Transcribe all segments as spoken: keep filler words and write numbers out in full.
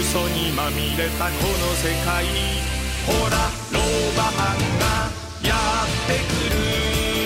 嘘にまみれたこの世界、ほらローバマンがやってくる。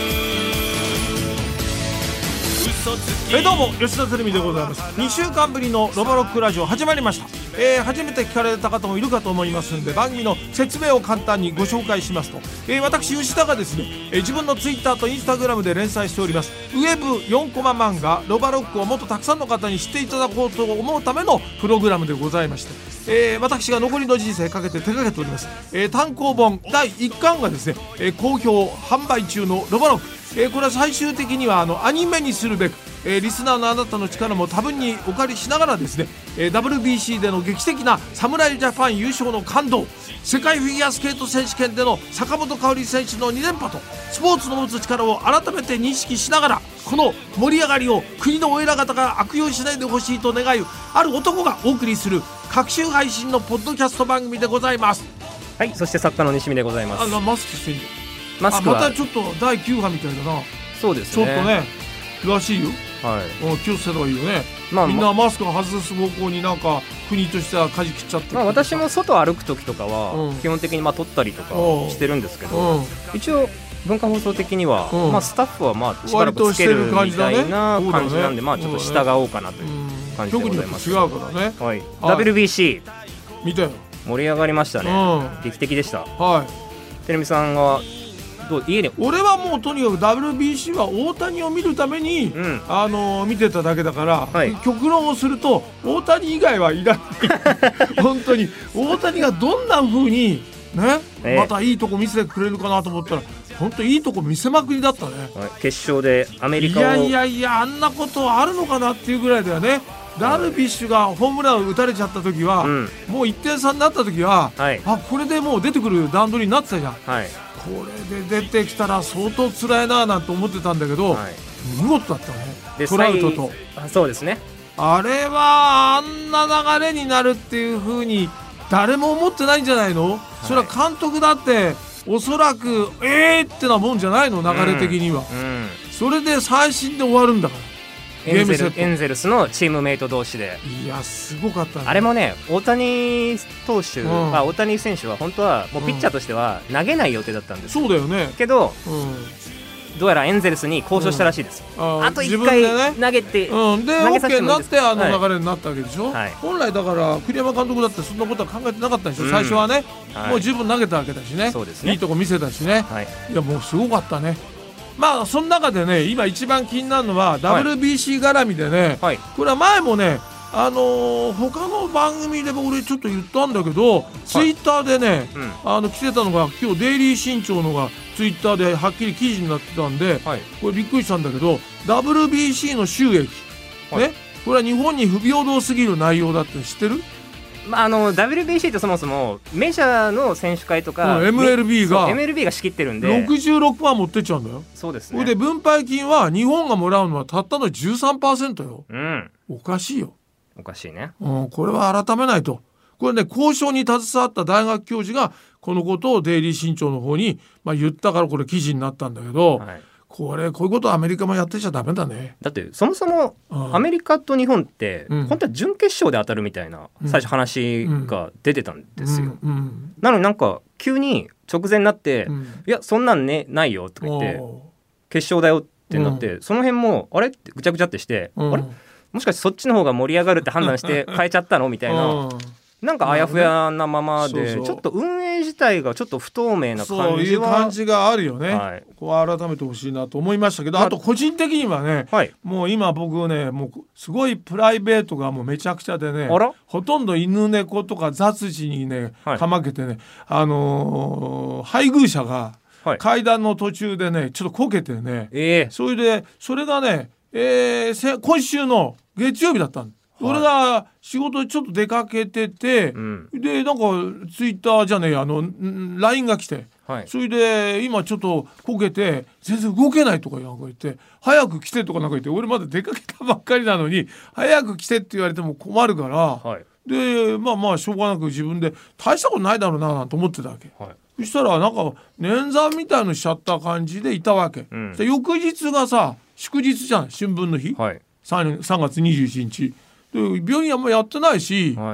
えどうも吉田テレビでございます。にしゅうかんぶりのロバロックラジオ始まりました。えー、初めて聞かれた方もいるかと思いますので、番組の説明を簡単にご紹介しますと、えー、私吉田がですね、えー、自分のツイッターとインスタグラムで連載しておりますウェブよんコマ漫画ロバロックをもっとたくさんの方に知っていただこうと思うためのプログラムでございまして、えー、私が残りの人生かけて手掛けております、えー、単行本だいいっかんがですね、えー、好評販売中のロバロック、えー、これは最終的にはあのアニメにするべく、えー、リスナーのあなたの力も多分にお借りしながらですね、えー、ダブリュービーシー での劇的な侍ジャパン優勝の感動、世界フィギュアスケート選手権での坂本花織選手のに連覇と、スポーツの持つ力を改めて認識しながら、この盛り上がりを国のお偉方が悪用しないでほしいと願うある男がお送りする各週配信のポッドキャスト番組でございます。 はい、そして作家の西見でございます。 あのマスクしてんじゃん。 マスクはあまたちょっとだいきゅう波みたいだな。 そうですね、 ちょっとねらしいよ。 はい、 気をつけた方がいいよね、 まあ、 みんなマスクを外す方向になんか国としては舵切っちゃって、 まあ、私も外歩く時とかは基本的にまあ撮ったりとかしてるんですけど、一応文化放送的には、うんまあ、スタッフはまあしばらくつけるみたいな感じなんで、まあちょっと従おうかなという感じでございます。 局によって違うからね、 はい、ダブリュービーシー見たよ、 盛り上がりましたね、うん、劇的でした。 はい、 テレビさんはどう家に。 俺はもうとにかく ダブリュービーシー は大谷を見るために、うん、あのー、見てただけだから、はい、極論をすると大谷以外はいらない本当に大谷がどんな風にね、えー、またいいとこ見せてくれるかなと思ったら本当いいとこ見せまくりだったね、 はい、決勝でアメリカを。 いやいやいや、あんなことあるのかなっていうぐらいだよね。ダルビッシュがホームランを打たれちゃった時は、うん、もういってん差になった時は、はい、あこれでもう出てくる段取りになってたじゃん、はい、これで出てきたら相当辛いななんて思ってたんだけど、はい、見事だったね。でトラウトとあそうですね、 あれはあんな流れになるっていう風に誰も思ってないんじゃないの、はい、それは監督だっておそらくえーってなもんじゃないの、流れ的には、うんうん、それで三振で終わるんだから。 エンゼル、エンゼルスのチームメイト同士で、 いやすごかったね。 あれもね、大谷投手、うん、あ大谷選手は本当はもうピッチャーとしては投げない予定だったんです、 うん、そうだよね。 けど、うん、どうやらエンゼルスに交渉したらしいです、うん、あ, あといっかい投げて、 うん、で OK になってあの流れになったわけでしょ、はい、本来だから栗山監督だってそんなことは考えてなかったでしょ、うん、最初はね、はい、もう十分投げたわけだしね、そうですね、いいとこ見せたしね、はい、いやもうすごかったね。まあその中でね今一番気になるのは ダブリュービーシー 絡みでね、はい、これは前もねあのー、他の番組でも俺ちょっと言ったんだけど、はい、ツイッターでね、うん、あの来てたのが今日デイリー新潮のがツイッターではっきり記事になってたんで、はい、これびっくりしたんだけど ダブリュービーシー の収益、はい、ね、これは日本に不平等すぎる内容だって知ってる？ まあ、あの ダブリュービーシー ってそもそもメジャーの選手会とか、 うん、エムエルビー がエムエルビー が仕切ってるんでろくじゅうろくパーセント 持ってっちゃうんだよ。 そうですね。 それで分配金は日本がもらうのはたったの じゅうさんパーセント よ、うん、おかしいよ。 おかしいね、 うん、これは改めないと。これね交渉に携わった大学教授がこのことをデイリー新潮の方に、まあ、言ったからこれ記事になったんだけど、はい、これこういうことはアメリカもやってちゃダメだね。 だってそもそもアメリカと日本って、うん、本当は準決勝で当たるみたいな最初話が出てたんですよ、うんうん、なのになんか急に直前になって、うん、いやそんなん、ね、ないよとか言って決勝だよってなって、うん、その辺もあれってぐちゃぐちゃってして、うん、あれもしかしてそっちの方が盛り上がるって判断して変えちゃったのみたいななんかあやふやなままで、そうそうちょっと運営自体がちょっと不透明な感じはそういう感じがあるよね、はい、こう改めてほしいなと思いましたけど、あと個人的にはね、はい、もう今僕ねもうすごいプライベートがもうめちゃくちゃでね、ほとんど犬猫とか雑事にね、はい、かまけてね、あのー、配偶者が階段の途中でねちょっとこけてね、えー、それでそれがね、えー、今週の月曜日だったんです。はい、俺が仕事でちょっと出かけてて、うん、でなんかツイッターじゃねえあの ライン が来て、はい、それで今ちょっとこけて全然動けないとかなんか言って早く来てとかなんか言って、俺まだ出かけたばっかりなのに早く来てって言われても困るから、はい、でまあまあしょうがなく自分で大したことないだろうななんて思ってたわけ、はい、そしたらなんか捻挫みたいのしちゃった感じでいたわけ、うん、翌日がさ祝日じゃん、春分の日、はい、さんがつにじゅういちにちで病院はもうやってないし、はい、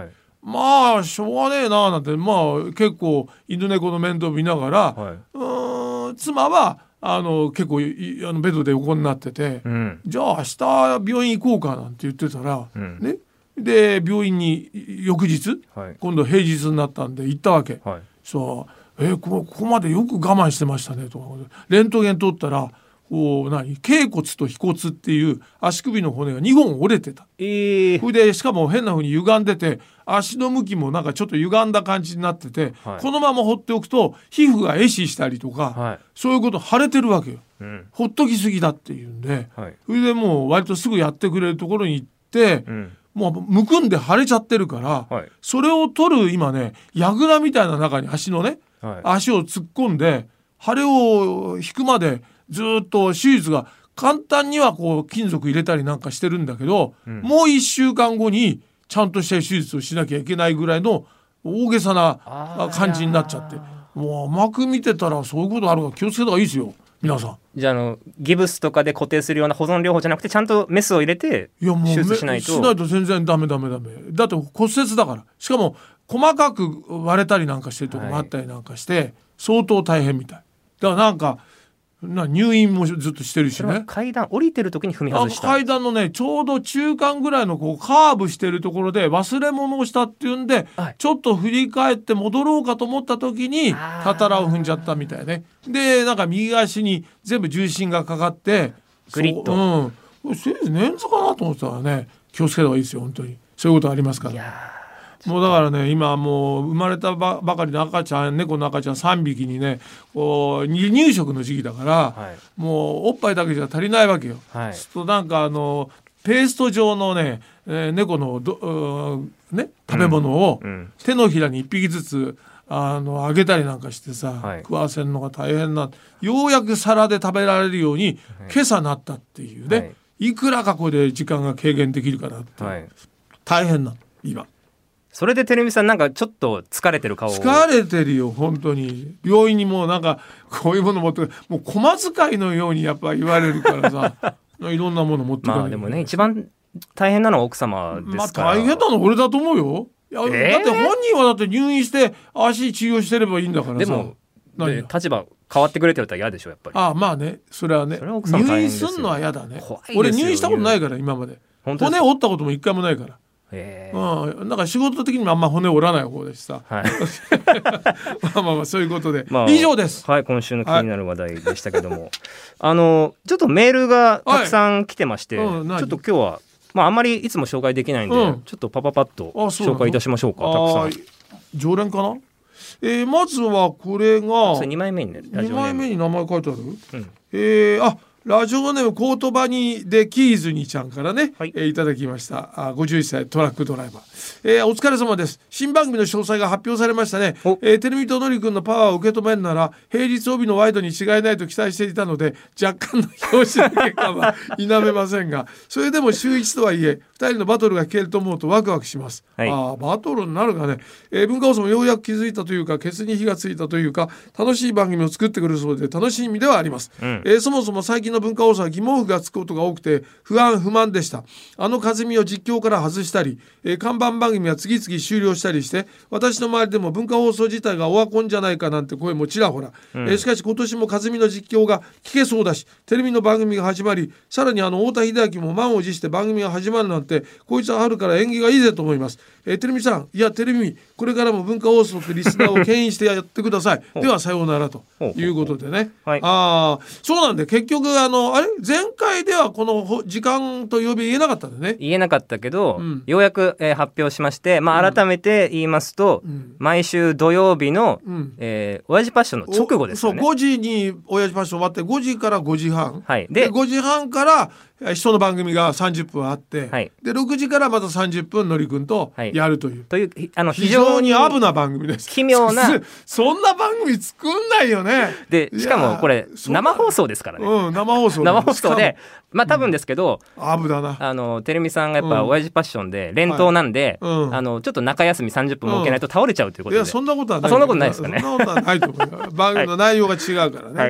まあしょうがねえななんて、まあ結構犬猫の面倒見ながら、はい、うーん妻はあの結構あのベッドで横になってて、うん、じゃあ明日病院行こうかなんて言ってたら、うん、ね、で病院に翌日、はい、今度平日になったんで行ったわけ、はい、そうえー、こ, ここまでよく我慢してましたねとか、レントゲン取ったらこう何脛骨と腓骨っていう足首の骨がにほん折れてた、えー、それでしかも変な風に歪んでて足の向きもなんかちょっと歪んだ感じになってて、はい、このまま放っておくと皮膚が壊死したりとか、はい、そういうこと腫れてるわけよ、うん、ほっときすぎだっていうんで、はい、それでもう割とすぐやってくれるところに行って、うん、もうむくんで腫れちゃってるから、はい、それを取る今ね櫓みたいな中に足のね、はい、足を突っ込んで腫れを引くまでずっと手術が簡単にはこう金属入れたりなんかしてるんだけど、うん、もういっしゅうかんごにちゃんとした手術をしなきゃいけないぐらいの大げさな感じになっちゃって、もう甘く見てたらそういうことあるから気をつけた方がいいですよ皆さん。 じゃあ、あのギブスとかで固定するような保存療法じゃなくてちゃんとメスを入れて手術しないと。 いやもうしないと全然ダメダメダメだって骨折だから、しかも細かく割れたりなんかしてるところがあったりなんかして、はい、相当大変みたいだからなんかな入院もずっとしてるしね。 階段降りてる時に踏み外した。 階段のねちょうど中間ぐらいのこうカーブしてるところで忘れ物をしたっていうんで、はい、ちょっと振り返って戻ろうかと思った時にたたらを踏んじゃったみたいね。でなんか右足に全部重心がかかってグリッと、 うん、せいぜい捻挫かなと思ってたらね気をつけた方がいいですよ本当に。そういうことありますから。いやもうだからね今もう生まれた ば, ばかりの赤ちゃん猫の赤ちゃんさんびきにねこう離乳食の時期だから、はい、もうおっぱいだけじゃ足りないわけよ、はい、となんかあのペースト状のね、えー、猫のど、ね、食べ物を手のひらにいっぴきずつあのあげたりなんかしてさ、はい、食わせるのが大変な、ようやく皿で食べられるように今朝なったっていうね、はい、いくらかこれで時間が軽減できるかなって、はい、大変な今。 それでてるみさんなんかちょっと疲れてる顔を。 疲れてるよ本当に。病院にもうなんかこういうもの持ってもう小遣いのようにやっぱ言われるからさいろんなもの持ってかない。 まあでもね一番大変なのは奥様ですから。 まあ大変なの俺だと思うよ。いや、えー、だって本人はだって入院して足治療してればいいんだからさ。 でもで立場変わってくれてると嫌でしょやっぱり。 ああまあねそれはね。それは奥様大変ですよ。入院すんのは嫌だね。俺入院したことないから今まで。骨折ったことも一回もないから。えーうん、なんか仕事的にもあんま骨折らない方でしさ、はい、まあまあまあそういうことで、まあ、以上です。 はい今週の気になる話題でしたけども、はい、あのちょっとメールがたくさん来てまして、はいうん、ちょっと今日は、まあ、あんまりいつも紹介できないんで、うん、ちょっとパパパッと紹介いたしましょうか。たくさん常連かな、えー、まずはこれがそれにまいめにねラジオネームにまいめに名前書いてある、うんえー、あラジオネームコートバニでキーズニちゃんからね、はいえー、いただきました。あごじゅういっさいトラックドライバー、えー、お疲れ様です。新番組の詳細が発表されましたね。えー、テレビとのりくんのパワーを受け止めるなら平日帯のワイドに違いないと期待していたので若干の表紙の結果は否めませんがそれでも週いちとはいえふたりのバトルが聞けると思うとワクワクします、はい、あバトルになるかね、えー、文化放送もようやく気づいたというかケツに火がついたというか楽しい番組を作ってくるそうで楽しい意味ではあります、うんえー、そもそも最近の文化放送は疑問符がつくことが多くて不安不満でした。あの風見を実況から外したり、えー、看板番組が次々終了したりして私の周りでも文化放送自体がオワコンじゃないかなんて声もちらほら、うんえー、しかし今年も風見の実況が聞けそうだしテレビの番組が始まりさらにあの太田秀明も満を持して番組が始まるなんてこいつは春から縁起がいいぜと思います、えー、テレビさんいやテレビこれからも文化放送ってリスナーを牽引してやってくださいではさようならということでねはい、あそうなんで結局あのあれ前回ではこの時間と曜日言えなかったんだね。 言えなかったけど、うん、ようやく、えー、発表しまして、まあ、改めて言いますと、うん、毎週土曜日の、うんえー、親父パッションの直後ですよね。 そうごじに親父パッション終わってごじからごじはん、はい、で, でごじはんから人の番組がさんじゅっぷんあって、はい、でろくじからまたさんじゅっぷんのりくんとやるという、はい、 というあの非常に危な番組です。 奇妙なそんな番組作んないよね。 でしかもこれ生放送ですからね、 うん、生放送生放送でまあ多分ですけど、 うん、危だなあのテレミさんがやっぱ親父パッションで連投なんで、はいうん、あのちょっと中休みさんじゅっぷんも置けないと倒れちゃうということで、 うん、いやそんなことはない。 そんなことないですかね。 そんなことはないと思う番組の内容が違うからね、はい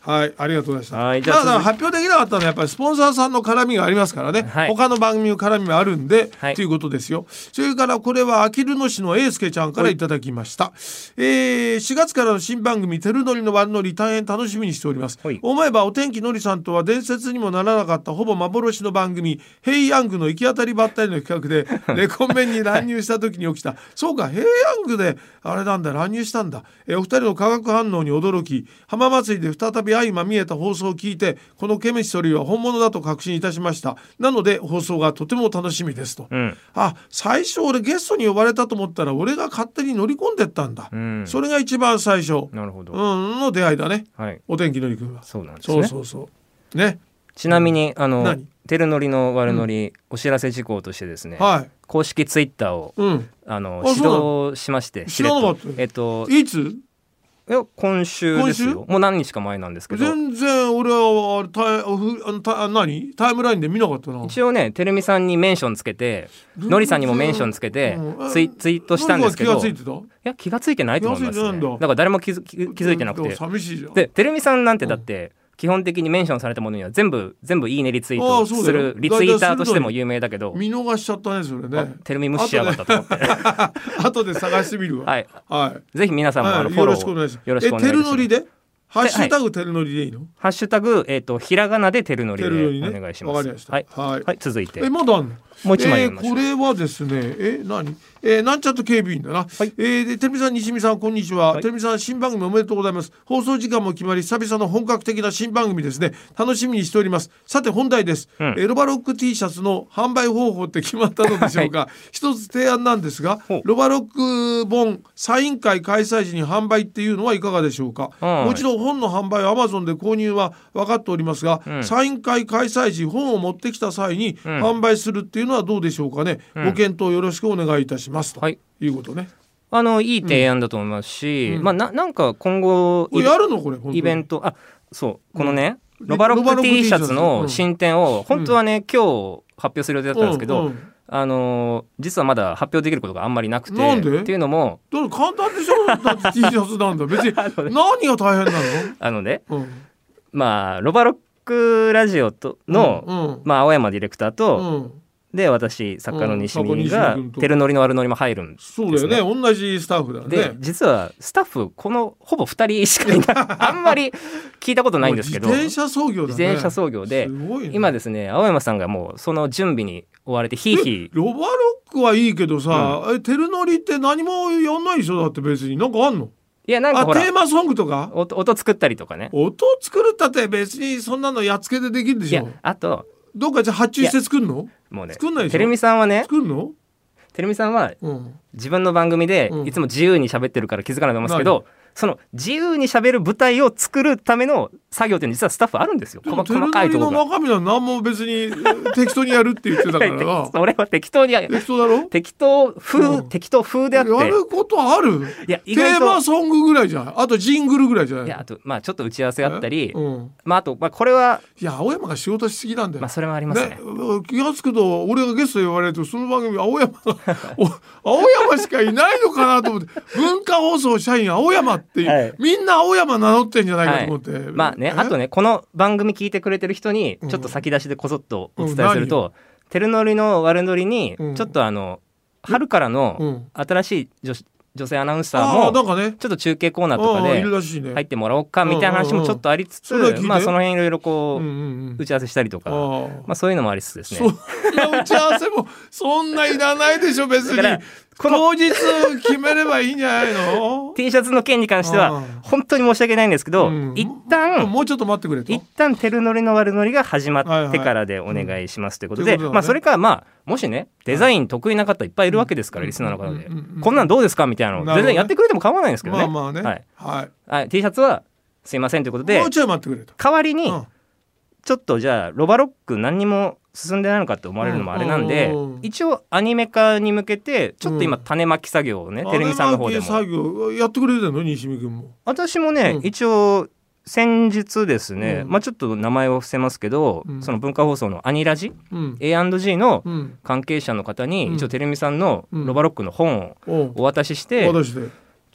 はい、ありがとうございました。 はい、 じゃあただ発表できなかったのはやっぱりスポンサーさんの絡みがありますからね、はい、他の番組の絡みもあるんで、はい、ということですよ。それからこれはあきる野市の英介ちゃんからいただきました、えー、しがつからの新番組てるのりの悪のり大変楽しみにしております。思えばお天気のりさんとは伝説にもならなかったほぼ幻の番組ヘイヤングの行き当たりばったりの企画でレコメンに乱入した時に起きたそうかヘイヤングであれなんだ乱入したんだ、えー、お二人の化学反応に驚き浜祭りで再び相まみえた放送を聞いてこのケミストリーは本物だと確信いたしました。なので放送がとても楽しみですと、うん、あ最初俺ゲストに呼ばれたと思ったら俺が勝手に乗り込んでったんだ、うん、それが一番最初なるほど、 うん、の出会いだね、はい、お天気のりくんはそうなんですね。 そうそうそうね。 ちなみにあのてるのりの悪のり、うん、お知らせ事項としてですね、はい、公式ツイッターを、うん、あの指導しまして知らなかった、 えっと、 いついや今週ですよ。もう何日か前なんですけど全然俺はタイタ何タイムラインで見なかったな。 一応ねてるみさんにメンションつけてのりさんにもメンションつけてツイ、ツイートしたんですけど、 気がついてた？いや気がついてないと思いますね。だから誰も気づ、気づいてなくて寂しいじゃん。 でてるみさんなんてだって、うん基本的にメンションされたものには全部全部いいねリツイートするリツイーターとしても有名だけど見逃しちゃったねそれね。 テレミ無視しやがったと思って後で探してみるわ。 はい、 はい、 ぜひ皆さんもあのフォローよろしくお願いします。よろしくお願いします。 えテルノリでハッシュタグテルノリでいいの？ ハッシュタグえっとひらがなでテルノリでお願いします。わかりました。はいはいはい続いてえまだあんの？ もう一枚読みましょう。 えー、これはですねえ何えー、なんちゃって警備員だな、はい、えー、でてるみさん西見さんこんにちは、はい、てるみさん新番組おめでとうございます。放送時間も決まり久々の本格的な新番組ですね。楽しみにしております。さて本題です、うんえー、ロバロック T シャツの販売方法って決まったのでしょうか、はい、一つ提案なんですがロバロック本サイン会開催時に販売っていうのはいかがでしょうか。もちろん本の販売は Amazon で購入は分かっておりますが、うん、サイン会開催時本を持ってきた際に販売するっていうのはどうでしょうかね、うん、ご検討よろしくお願いいたしますと、はいいうことね。 あのいい提案だと思いますし、うんまあ、な, なんか今後やるのこれイベントあそうこのね、うん、ロバロック T シャツの新展を本当はね、うん、今日発表する予定だったんですけど、うんうん、あの実はまだ発表できることがあんまりなくてなんでっていうのもだから簡単でしょだって T シャツなんだ別に何が大変なのあのね、うん、まあロバロックラジオとの、うんうんまあ、青山ディレクターと、うんで私作家の西見がてるのりの悪のりも入るんですね。 そうだよね同じスタッフだね。 で実はスタッフこのほぼふたりしかいないあんまり聞いたことないんですけど自転車操業だね。 自転車操業で、ね、今ですね青山さんがもうその準備に追われてヒーヒーロバロックはいいけどさ、うん、てるのりって何もやんないでしょだって別になんかあんのいやなんかほらテーマソングとか音, 音作ったりとかね音作るったって別にそんなのやっつけでできるでしょ。いやあとどっかじゃ発注して作るのもうね作んないでしょ。 てるみさんはね作るのてるみさんは、うん、自分の番組でいつも自由に喋ってるから気づかないと思いますけど、うん、その自由に喋る舞台を作るための作業って実はスタッフあるんですよ。 でも細かいところがテルノリの中身は何も別に適当にやるって言ってたからなそれは適当にや適当だろ適当風、うん、適当風であってやることあるいや意外とテーマソングぐらいじゃないあとジングルぐらいじゃない。 いやあとまあちょっと打ち合わせがあったり、うんまあ、あと、まあ、これはいや青山が仕事しすぎなんだよ、 まあ、それもありますね。ね気がつくと俺がゲストで言われるとその番組青山青山しかいないのかなと思って文化放送社員青山っていう、はい、みんな青山名乗ってんじゃないかと思って、はい、 まあねあとねこの番組聞いてくれてる人にちょっと先出しでこそっとお伝えすると、うん、てるのりの悪のりにちょっとあの、うん、春からの新しい女子女性アナウンサーもちょっと中継コーナーとかで入ってもらおうかみたいな話もちょっとありつつ、まあその辺いろいろこう打ち合わせしたりとか、まあそういうのもありつつですね。 そんな打ち合わせもそんないらないでしょ別に。当日決めればいいんじゃないの T シャツの件に関しては本当に申し訳ないんですけど、うん、一旦もうちょっと待ってくれと一旦てるのりの悪のりが始まってからでお願いしますということで、はいはいうん、まあそれからまあもしねデザイン得意な方いっぱいいるわけですから、はい、リスナーの方で、うんうんうん、こんなんどうですかみたいなの全然やってくれても構わないんですけどね。 まあまあね、 はいはいはい、T シャツはすいませんということでもうちょい待ってくれと代わりに、うんちょっとじゃあロバロック何にも進んでないのかって思われるのもあれなんで、うんうん、一応アニメ化に向けてちょっと今種まき作業をね、うん、テレビさんの方でも種まき作業やってくれてるの西見君も。 私もね、うん、一応先日ですね、うんまあ、ちょっと名前を伏せますけど、うん、その文化放送のアニラジ、うん、エーアンドジー の関係者の方に、うん、一応テレビさんのロバロックの本をお渡しして、 うん、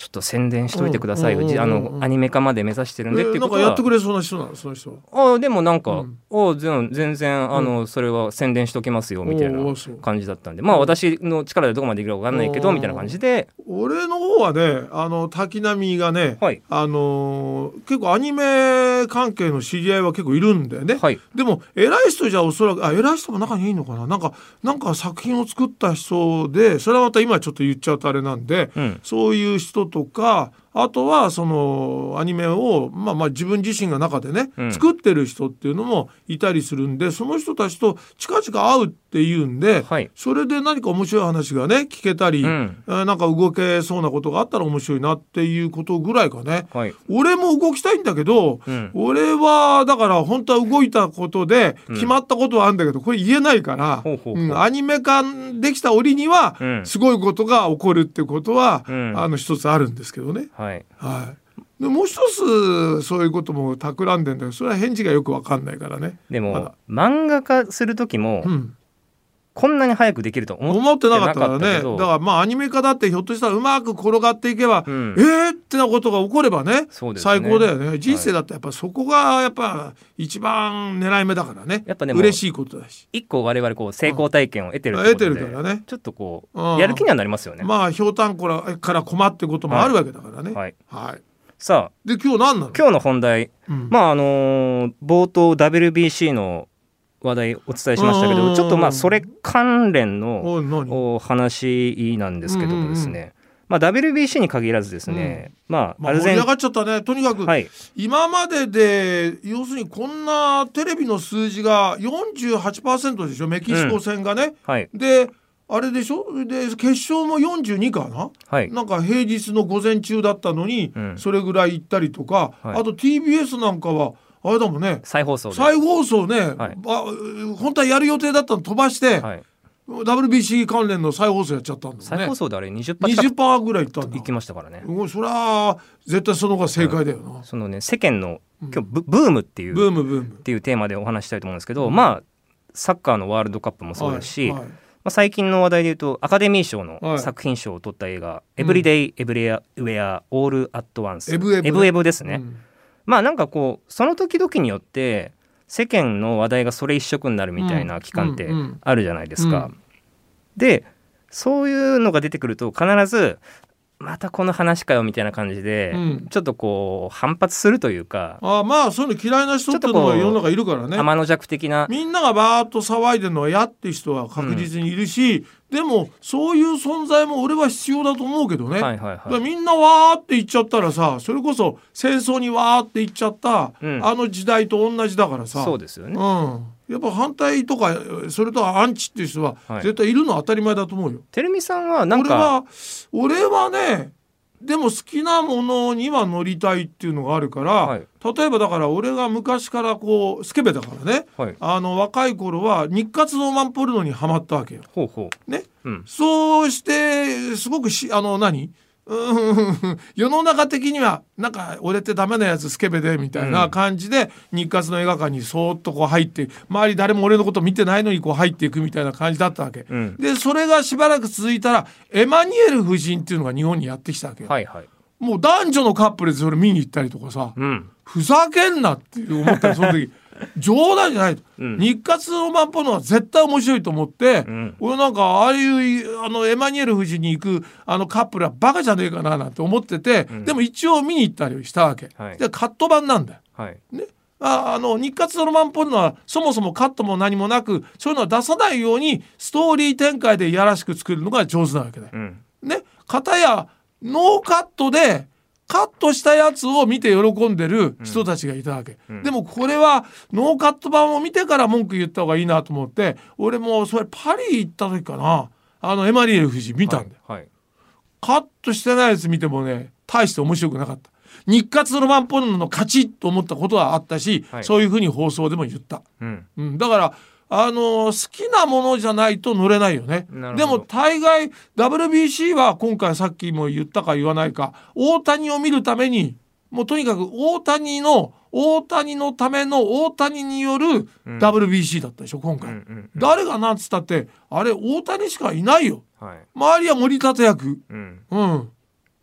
ちょっと宣伝しといてくださいよ、うんうんうんうん、あのアニメ化まで目指してるんでっていうことは、 えー、なんかやってくれそうな人なのその人は。あでもなんか、うん、お全然あの、うん、それは宣伝しときますよみたいな感じだったんで、まあ私の力でどこまでできるか分かんないけどみたいな感じで、 俺の方はねあの滝波がね、はい、あの結構アニメ関係の知り合いは結構いるんだよね、はい、でも偉い人じゃおそらくあ偉い人も中にいいのかななんかなんか作品を作った人でそれはまた今ちょっと言っちゃうとあれなんで、うん、そういう人とかあとはそのアニメを、まあ、まあ自分自身が中でね、うん、作ってる人っていうのもいたりするんでその人たちと近々会うっていうんで、はい、それで何か面白い話がね聞けたり、うん、なんか動けそうなことがあったら面白いなっていうことぐらいかね、はい、俺も動きたいんだけど、うん、俺はだから本当は動いたことで決まったことはあるんだけど、うん、これ言えないから、うん、アニメ化できた折にはすごいことが起こるってことは、うん、あの一つあるんですけどね。はいはい、でもう一つそういうことも企んでんだけどそれは返事がよく分かんないからね。 でも漫画化する時も、うん、こんなに早くできると思ってなかったからね。だからまあアニメ化だってひょっとしたらうまく転がっていけば、うん、えーってなことが起これば ね, そうですね最高だよね。人生だってやっぱそこがやっぱ一番狙い目だからね。やっぱね嬉しいことだし一個我々こう成功体験を得てるってことで、うん、得てるからねちょっとこうやる気にはなりますよね。 まあひょうたんこらから困ってこともあるわけだからね。はいはいはい、 さあで今日何なの今日の本題、うん、まああのー、冒頭 ダブリュービーシー の話題お伝えしましたけどちょっとまあそれ関連の話なんですけどもですね、うんうんまあ、ダブリュービーシー に限らずですね、うんまあ、アルゼン盛り上がっちゃったね。とにかく、はい、今までで要するにこんなテレビの数字が よんじゅうはちパーセント でしょメキシコ戦がね、うんはい、であれでしょで決勝もよんじゅうにかな、はい、なんか平日の午前中だったのに、うん、それぐらい行ったりとか、はい、あと ティービーエス なんかはあれだもんね再放送で再放送ね、はい、あ本当はやる予定だったの飛ばして、はい、ダブリュービーシー 関連の再放送やっちゃったんだもんね。 再放送であれ にじゅっパーセントにじゅっパーセント ぐらいいったんだ行きましたからね。 もうそれは絶対その方が正解だよな、 はい、そのね世間の今日 ブ, ブームっていうブームブームっていうテーマでお話したいと思うんですけど、うん、まあサッカーのワールドカップもそうですし、はいはいまあ、最近の話題でいうとアカデミー賞の作品賞を取った映画、はい、エブリデイエブリウェアオールアットワンスエブエブ、ね、エブエブですね、うんまあなんかこうその時々によって世間の話題がそれ一色になるみたいな期間ってあるじゃないですか、うんうんうん、でそういうのが出てくると必ずまたこの話かよみたいな感じで、うん、ちょっとこう反発するというかあまあそういうの嫌いな人っていうのが世の中いるからね。 天の弱的なみんながバーッと騒いでるのは嫌って人は確実にいるし、うんでもそういう存在も俺は必要だと思うけどね、はいはいはい、だからみんなわーって言っちゃったらさそれこそ戦争にわーって言っちゃった、うん、あの時代と同じだからさそうですよね、 うん、やっぱ反対とかそれとはアンチっていう人は絶対いるのは当たり前だと思うよ。 てるみさんはなんか俺は俺はねでも好きなものには乗りたいっていうのがあるから、はい、例えばだから俺が昔からこうスケベだからね、はい、あの若い頃は日活ローマンポルノにハマったわけよ。ほうほうね、うん、そうしてすごくしあの何うん世の中的にはなんか俺ってダメなやつスケベでみたいな感じで、うん、日活の映画館にそーっとこう入って周り誰も俺のこと見てないのにこう入っていくみたいな感じだったわけ、うん、でそれがしばらく続いたらエマニュエル夫人っていうのが日本にやってきたわけよ、はいはい、もう男女のカップルでそれ見に行ったりとかさ、うん、ふざけんなって思ったりその時冗談じゃないと、うん、日活ロマンポルノは絶対面白いと思って、うん、俺なんかああいうあのエマニュエル夫人に行くあのカップルはバカじゃねえかななんて思ってて、うん、でも一応見に行ったりしたわけ、はい、でカット版なんだよ、はいね、ああの日活ロマンポルノはそもそもカットも何もなくそういうのは出さないようにストーリー展開でいやらしく作るのが上手なわけだよ、うんね、片やノーカットでカットしたやつを見て喜んでる人たちがいたわけ、うん、でもこれはノーカット版を見てから文句言った方がいいなと思って俺もそれパリ行った時かなあのエマニュエル夫人見たんだよ、はいはい、カットしてないやつ見てもね大して面白くなかった。日活ロマンポルノの勝ちと思ったことはあったし、はい、そういうふうに放送でも言った、うんうん、だからあの好きなものじゃないと乗れないよね。でも大概 ダブリュービーシー は今回さっきも言ったか言わないか大谷を見るためにもうとにかく大谷の大谷のための大谷による ダブリュービーシー だったでしょ今回、うんうんうん、誰がなんつったってあれ大谷しかいないよ、はい、周りは森立役、うん、うん、ね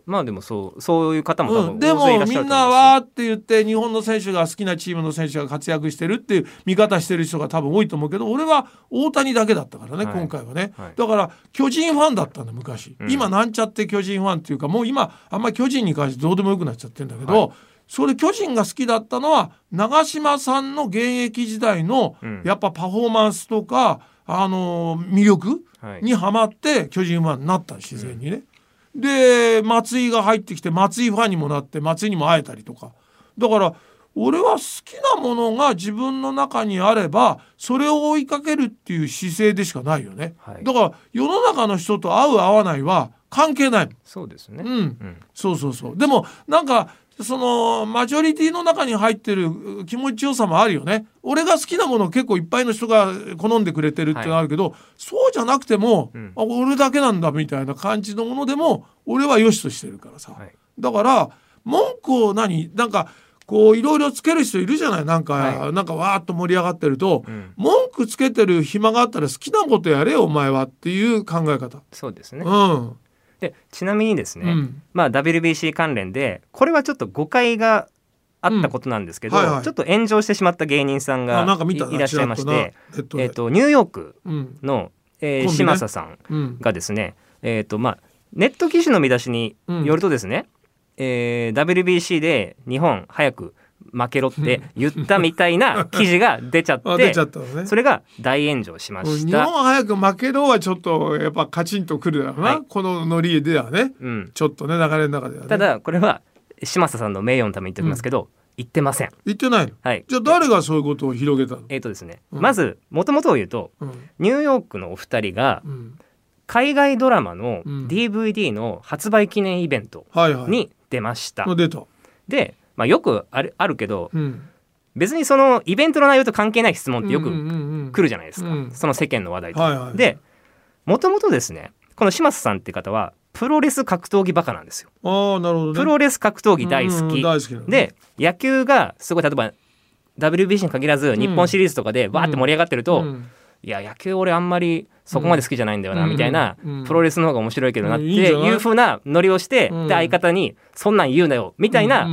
まあでもそうそういう方も多うん、で分大勢いらもみんっしゃると思いますよ。 なわーって言って日本の選手が好きなチームの選手が活躍してるっていう見方してる人が多分多いと思うけど、俺は大谷だけだったからね、 はい今回はね、 はいだから巨人ファンだったんだ昔、 うん今なんちゃって巨人ファンっていうか、もう今あんまり巨人に関してどうでもよくなっちゃってるんだけど、 はいそれ巨人が好きだったのは長嶋さんの現役時代のうんやっぱパフォーマンスとか、あのー魅力はいにハマって巨人ファンになった自然にね、で松井が入ってきて松井ファンにもなって松井にも会えたりとか、だから俺は好きなものが自分の中にあればそれを追いかけるっていう姿勢でしかないよね、 はい、 だから世の中の人と合う合わないは関係ない。 そうですね、 うん、 うん、 そうそうそう。でもなんかそのマジョリティの中に入ってる気持ちよさもあるよね。俺が好きなものを結構いっぱいの人が好んでくれてるっていうのがあるけど、はい、そうじゃなくても、うん、あ俺だけなんだみたいな感じのものでも俺は良しとしてるからさ、はい、だから文句を何なんかこういろいろつける人いるじゃない、なんか、はい、なんかわーっと盛り上がってると、うん、文句つけてる暇があったら好きなことやれよお前はっていう考え方。 そうですね、 うんでちなみにですね、 うん、まあ、ダブリュービーシー 関連でこれはちょっと誤解があったことなんですけど、うんはいはい、ちょっと炎上してしまった芸人さんが い, いらっしゃいまして、えー、とニューヨークの、うんえー、嶋佐さんがですね、うんえーとまあ、ネット記事の見出しによるとですね、うんえー、ダブリュービーシー で日本早く負けろって言ったみたいな記事が出ちゃって出ちゃったの、ね、 それが大炎上しました。 日本早く負けろはちょっとやっぱカチンとくるだろうな、はい、このノリではね、うん、ちょっとね流れの中ではね。 ただこれは嶋佐さんの名誉のために言っておきますけど、うん、言ってません。 言ってないの、 はい、 じゃあ誰がそういうことを広げたの。 えーとですね、うん、まずもともとを言うと、うん、ニューヨークのお二人が、うん海外ドラマの ディーブイディー の発売記念イベントに出ました、 はいはい、出たで、まあ、よくある、あるけど、うん、別にそのイベントの内容と関係ない質問ってよく来るじゃないですか、うんうんうん、その世間の話題と、はいはい、でもともとですねこの嶋佐さんって方はプロレス格闘技バカなんですよ。 あ、なるほどね、 プロレス格闘技大好き、 うんうん、大好きなのね、 で野球がすごい例えば ダブリュービーシー に限らず日本シリーズとかでわーって盛り上がってると、うんうんいや野球俺あんまりそこまで好きじゃないんだよな、うん、みたいな、うん、プロレスの方が面白いけどなっていう風なノリをして、うん、で相方にそんなん言うなよみたいな、うん、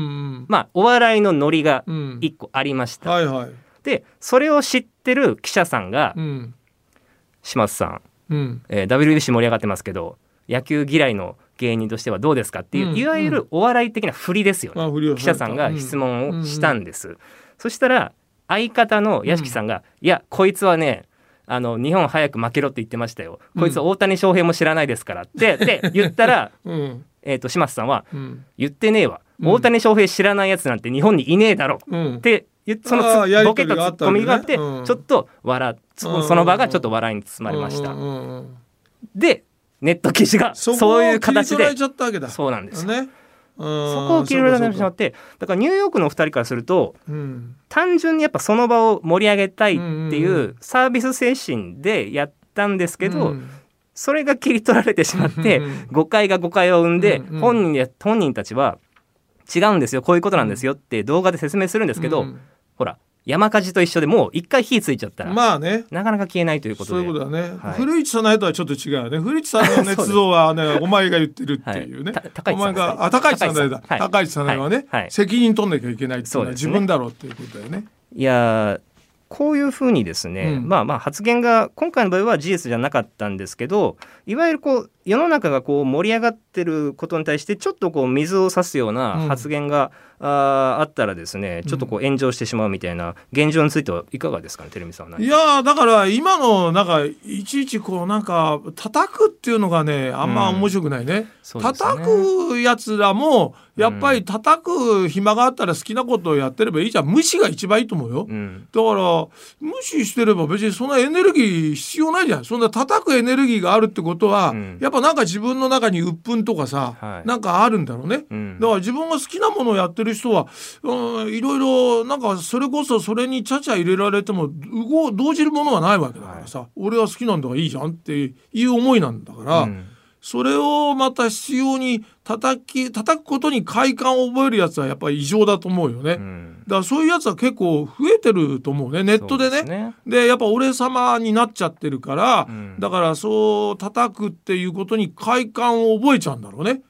まあお笑いのノリが一個ありました、うんはいはい、でそれを知ってる記者さんが、うん、島津さん、うんえー、ダブリュービーシー 盛り上がってますけど野球嫌いの芸人としてはどうですかっていう、うん、いわゆるお笑い的な振りですよね、うん、記者さんが質問をしたんです、うんうん、そしたら相方の屋敷さんが、うん、いやこいつはねあの日本早く負けろって言ってましたよ、こいつは大谷翔平も知らないですからって、うん、で言ったら、うんえー、と島津さんは、うん、言ってねえわ、うん、大谷翔平知らないやつなんて日本にいねえだろ、うん、ってそのボケとツッコミがあって、うん、ちょっと笑そ, その場がちょっと笑いに包まれました、うんうんうん、でネット記事がそういう形でそうなんですよ、ねそこを切り取られてしまって、だからニューヨークのふたりからすると、うん、単純にやっぱその場を盛り上げたいっていうサービス精神でやったんですけど、うん、それが切り取られてしまって、うん、誤解が誤解を生んで、うん、本人や本人たちは違うんですよこういうことなんですよって動画で説明するんですけど、うん、ほら山火事と一緒でもう一回火ついちゃったら、まあね、なかなか消えないということで、 そういうことだね、はい、古市さんのとはちょっと違うよね。古市さんの捏造はねお前が言ってるっていうね、はい、 高市さんがあ高市さんだよ、はい、高市さんはね、はい、責任取んなきゃいけないっていうのは自分だろうっていうことだよね。 いやこういうふうにですね、うん、まあまあ発言が今回の場合は事実じゃなかったんですけど、いわゆるこう世の中がこう盛り上がってることに対してちょっとこう水を差すような発言が、うん、あ, あったらですねちょっとこう炎上してしまうみたいな現状についてはいかがですかね、テレミさんは。 いやだから今のなんかいちいちこうなんか叩くっていうのがねあんま面白くないね、うん、そうですね。叩くやつらもやっぱり叩く暇があったら好きなことをやってればいいじゃん。無視が一番いいと思うよ、うん、だから無視してれば別にそんなエネルギー必要ないじゃん。そんな叩くエネルギーがあるってことは、うん、やっぱなんか自分の中に鬱憤とかさ、はい、なんかあるんだろうね、うん、だから自分が好きなものをやってる人は、うん、いろいろなんかそれこそそれにちゃちゃ入れられても動動じるものはないわけだからさ、はい、俺は好きなんだからいいじゃんっていう思いなんだから、うん、それをまた必要に叩き叩くことに快感を覚えるやつはやっぱり異常だと思うよね、うん、だからそういうやつは結構増えてると思うね、ネットで ね, で, ねでやっぱ俺様になっちゃってるから、うん、だからそう叩くっていうことに快感を覚えちゃうんだろうね、うん、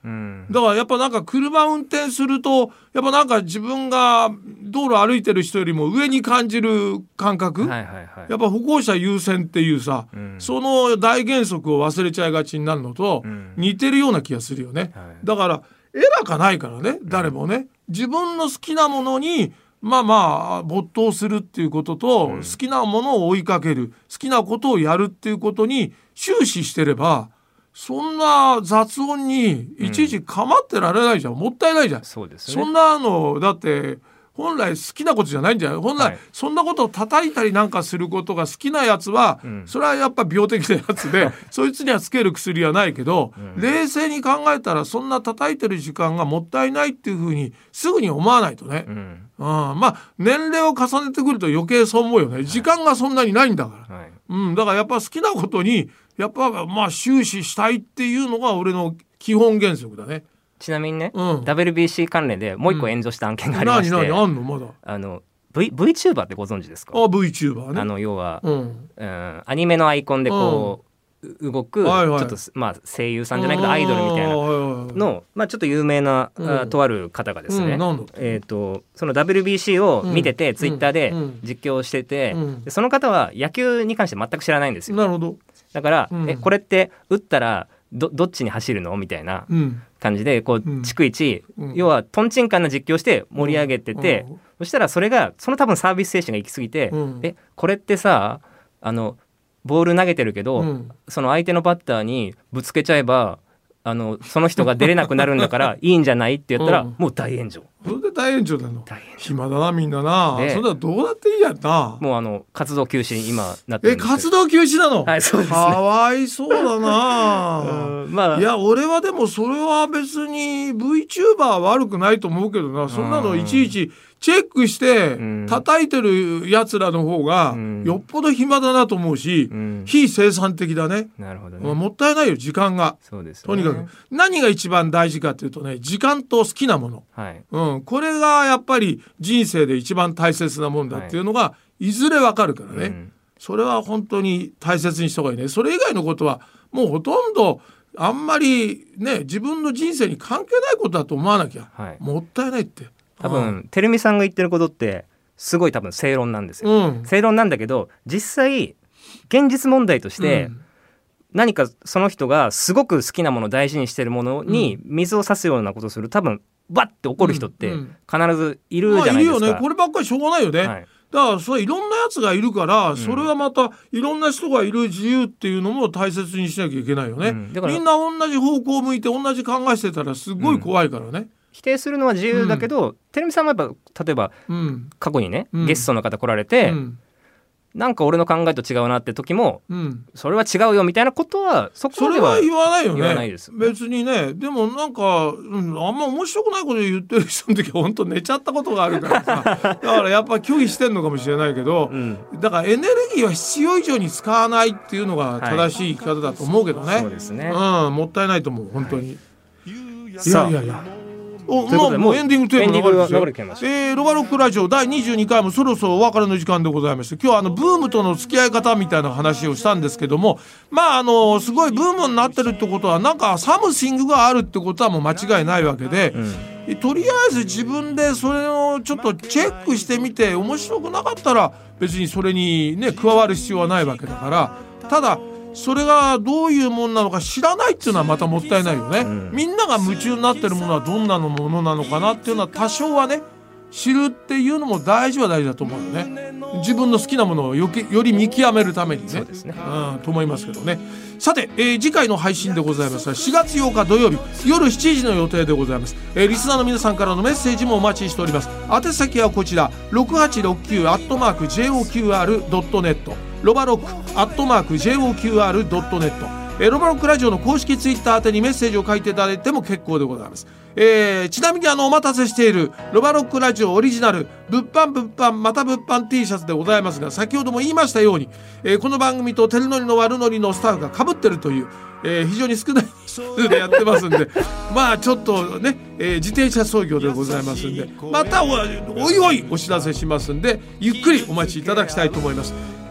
だからやっぱなんか車運転するとやっぱなんか自分が道路歩いてる人よりも上に感じる感覚、はいはいはい、やっぱ歩行者優先っていうさ、うん、その大原則を忘れちゃいがちになるのと似てるような気がするよね、うんはい、だからエラーがないからね誰もね、うん、自分の好きなものにまあまあ没頭するっていうことと、うん、好きなものを追いかける好きなことをやるっていうことに終始してればそんな雑音にいちいち構ってられないじゃん、うん、もったいないじゃん。そうですね、そんなのだって本来好きなことじゃないんじゃない本来、はい、そんなことを叩いたりなんかすることが好きなやつは、うん、それはやっぱ病的なやつでそいつにはつける薬はないけど、うん、冷静に考えたらそんな叩いてる時間がもったいないっていうふうにすぐに思わないとね、うんうん、まあ年齢を重ねてくると余計そう思うよね、はい、時間がそんなにないんだから、はいうん、だからやっぱ好きなことにやっぱまあ終始したいっていうのが俺の基本原則だね。 ちなみにね、うん、ダブリュービーシー 関連でもう一個炎上した案件がありまして、うん、何何あんのまだあの v VTuber ってご存知ですか？ あ VTuber ね。 あの要は、うんうん、アニメのアイコンでこう、うん、動く、はいはい、ちょっとまあ声優さんじゃないけどアイドルみたいなの、まあちょっと有名な、うん、とある方がですね、うん、えっ、ー、とその ダブリュービーシー を見てて、うん、ツイッターで実況してて、うん、でその方は野球に関して全く知らないんですよ。 なるほど。 だから、うん、えこれって打ったら ど, どっちに走るのみたいな感じでこう、うん、逐一、うん、要はトンチンカンな実況して盛り上げてて、うん、そしたらそれがその多分サービス精神が行き過ぎて、うん、えこれってさあのボール投げてるけど、うん、その相手のバッターにぶつけちゃえばあのその人が出れなくなるんだからいいんじゃないって言ったら、うん、もう大炎上。 それで大炎上なの。暇だなみんなな。それはどうだっていいやんな。 もうあの活動休止に今なってるんです。 え活動休止なの？ はいそうですね。かわいそうだな、うん、まあいや俺はでもそれは別に VTuber は悪くないと思うけどな。そんなのいちいちチェックして叩いてるやつらの方がよっぽど暇だなと思うし、うん、非生産的だね。 なるほどね。 もったいないよ時間が。 そうですね。 とにかく何が一番大事かっていうとね時間と好きなもの、はいうん、これがやっぱり人生で一番大切なもんだっていうのがいずれわかるからね、うん、それは本当に大切にした方がいいね。それ以外のことはもうほとんどあんまりね自分の人生に関係ないことだと思わなきゃ、はい、もったいないって。 多分てるみさんが言ってることってすごい多分正論なんですよ、うん、正論なんだけど実際現実問題として、うん、何かその人がすごく好きなもの大事にしてるものに水を差すようなことをする多分バッて怒る人って必ずいるじゃないですか、 まあ、いるよね。こればっかりしょうがないよね、はい、だからそれいろんなやつがいるから、うん、それはまたいろんな人がいる自由っていうのも大切にしなきゃいけないよね、うん、だからみんな同じ方向を向いて同じ考えしてたらすごい怖いからね、うん否定するのは自由だけど、うん、てるみさんもやっぱ例えば、うん、過去にね、うん、ゲストの方来られて、うん、なんか俺の考えと違うなって時も、うん、それは違うよみたいなことはそこまではそれは言わないよね。 言わないです、 別にね。でもなんか、うん、あんま面白くないこと言ってる人の時は本当寝ちゃったことがあるからさだからやっぱ拒否してんのかもしれないけど、うん、だからエネルギーは必要以上に使わないっていうのが正しい生き方だと思うけどね、はい、そうですね、うん、もったいないと思う本当に、はい、いやいやいやおまあ、もうエンディングテーマ流れてるんですよ。えー、ロバロックラジオだいにじゅうにかいもそろそろお別れの時間でございまして、今日はあのブームとの付き合い方みたいな話をしたんですけども、まああのすごいブームになってるってことはなんかサムシングがあるってことはもう間違いないわけで、うん、とりあえず自分でそれをちょっとチェックしてみて面白くなかったら別にそれにね加わる必要はないわけだから、ただそれがどういうものなのか知らないっていうのはまたもったいないよね、うん、みんなが夢中になってるものはどんなのものなのかなっていうのは多少はね知るっていうのも大事は大事だと思うよね。自分の好きなものを よ, けより見極めるためにね、そうですね、うん、と思いますけどね。さて、えー、次回の配信でございますがしがつようか土曜日夜しちじの予定でございます、えー、リスナーの皆さんからのメッセージもお待ちしております。宛先はこちら ろくはちろくきゅう アットマーク ジェイオーキューアール ドットネット ロバロックアットマーク ジェイオーキューアール ドットネット、えー、ロバロックラジオの公式ツイッター宛てにメッセージを書いていただいても結構でございます。えー、ちなみにあのお待たせしているロバロックラジオオリジナル物販物販また物販 T シャツでございますが、先ほども言いましたように、えー、この番組とテルノリの悪ノリのスタッフが被ってるという、えー、非常に少ない数でやってますんでまあちょっとね、えー、自転車操業でございますんでまた お, おいおいお知らせしますんでゆっくりお待ちいただきたいと思います。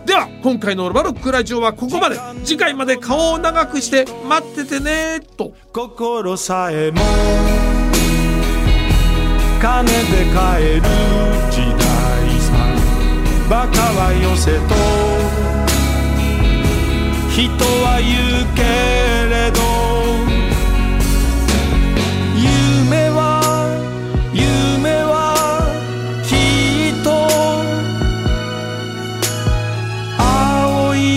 では今回のロバロックラジオはここまで。次回まで顔を長くして待っててねと。 心さえも金で買える時代さ、バカはよせと人は言うけれど、夢は夢はきっと青い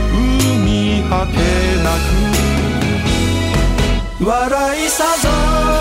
海果てなく笑いさざ